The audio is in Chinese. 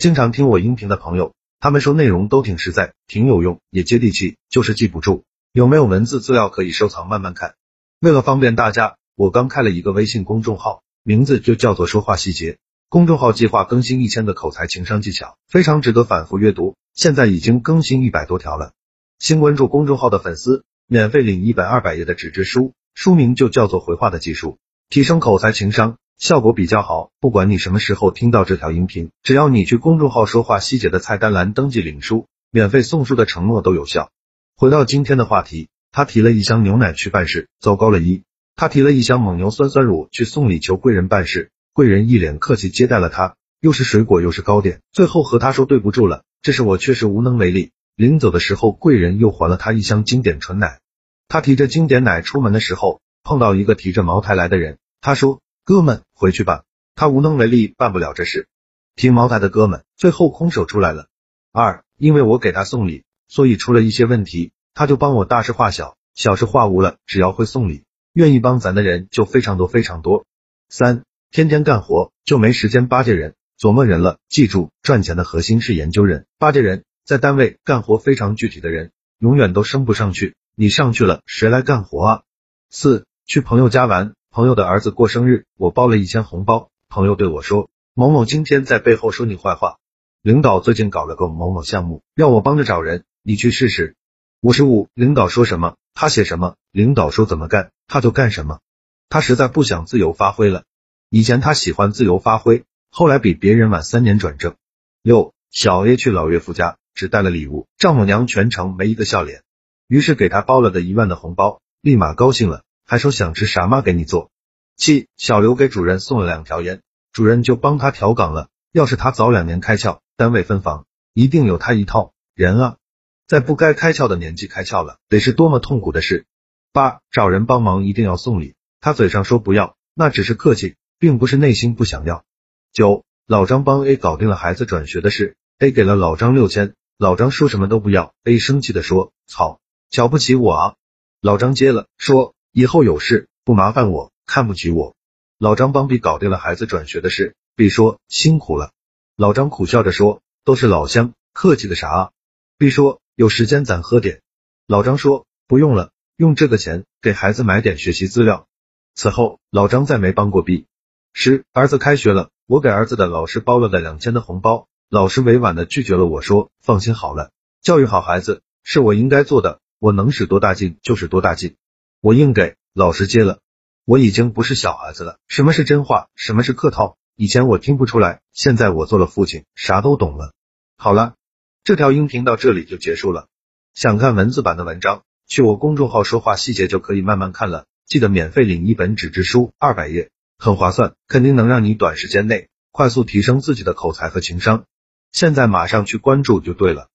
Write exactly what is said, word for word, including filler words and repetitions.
经常听我音频的朋友，他们说内容都挺实在，挺有用，也接地气，就是记不住。有没有文字资料可以收藏慢慢看？为了方便大家，我刚开了一个微信公众号，名字就叫做说话细节。公众号计划更新一千个口才情商技巧，非常值得反复阅读，现在已经更新一百多条了。新关注公众号的粉丝，免费领一本二百页的纸质书，书名就叫做回话的技术，提升口才情商，效果比较好。不管你什么时候听到这条音频，只要你去公众号说话细节的菜单栏登记领书，免费送书的承诺都有效。回到今天的话题，他提了一箱牛奶去办事，糟糕了一。他提了一箱蒙牛酸酸乳去送礼求贵人办事，贵人一脸客气接待了他，又是水果又是糕点，最后和他说对不住了，这是我确实无能为力。临走的时候，贵人又还了他一箱经典纯奶。他提着经典奶出门的时候，碰到一个提着茅台来的人，他说，哥们，回去吧。他无能为力，办不了这事。提茅台的哥们最后空手出来了。二，因为我给他送礼，所以出了一些问题，他就帮我大事化小，小事化无了，只要会送礼，愿意帮咱的人就非常多非常多。三，天天干活就没时间巴结人，琢磨人了，记住，赚钱的核心是研究人，巴结人，在单位干活非常具体的人，永远都升不上去，你上去了，谁来干活啊？四，去朋友家玩，朋友的儿子过生日，我包了一千红包，朋友对我说，某某今天在背后说你坏话，领导最近搞了个某某项目，要我帮着找人，你去试试。五十五，领导说什么，他写什么，领导说怎么干，他就干什么。他实在不想自由发挥了，以前他喜欢自由发挥，后来比别人晚三年转正。六，小 A 去老岳父家，只带了礼物，丈母娘全程没一个笑脸，于是给他包了个一万的红包，立马高兴了，还说想吃啥妈给你做。七，小刘给主任送了两条烟，主任就帮他调岗了，要是他早两年开窍，单位分房，一定有他一套人啊，在不该开窍的年纪开窍了，得是多么痛苦的事。八，找人帮忙一定要送礼，他嘴上说不要，那只是客气，并不是内心不想要。九，老张帮 A 搞定了孩子转学的事， A 给了老张六千，老张说什么都不要， A 生气的说，操，瞧不起我啊。老张接了，说，以后有事不麻烦我，看不起我。老张帮 B 搞定了孩子转学的事， B 说，辛苦了。老张苦笑着说，都是老乡，客气的啥啊。 B 说，有时间咱喝点。老张说，不用了，用这个钱给孩子买点学习资料。此后老张再没帮过 B。 十，儿子开学了，我给儿子的老师包了个两千的红包，老师委婉的拒绝了我，说，放心好了，教育好孩子是我应该做的，我能使多大劲就是多大劲。我硬给，老师接了。我已经不是小孩子了，什么是真话，什么是客套，以前我听不出来，现在我做了父亲，啥都懂了。好了，这条音频到这里就结束了。想看文字版的文章，去我公众号说话细节就可以慢慢看了，记得免费领一本纸质书，二百页，很划算，肯定能让你短时间内快速提升自己的口才和情商。现在马上去关注就对了。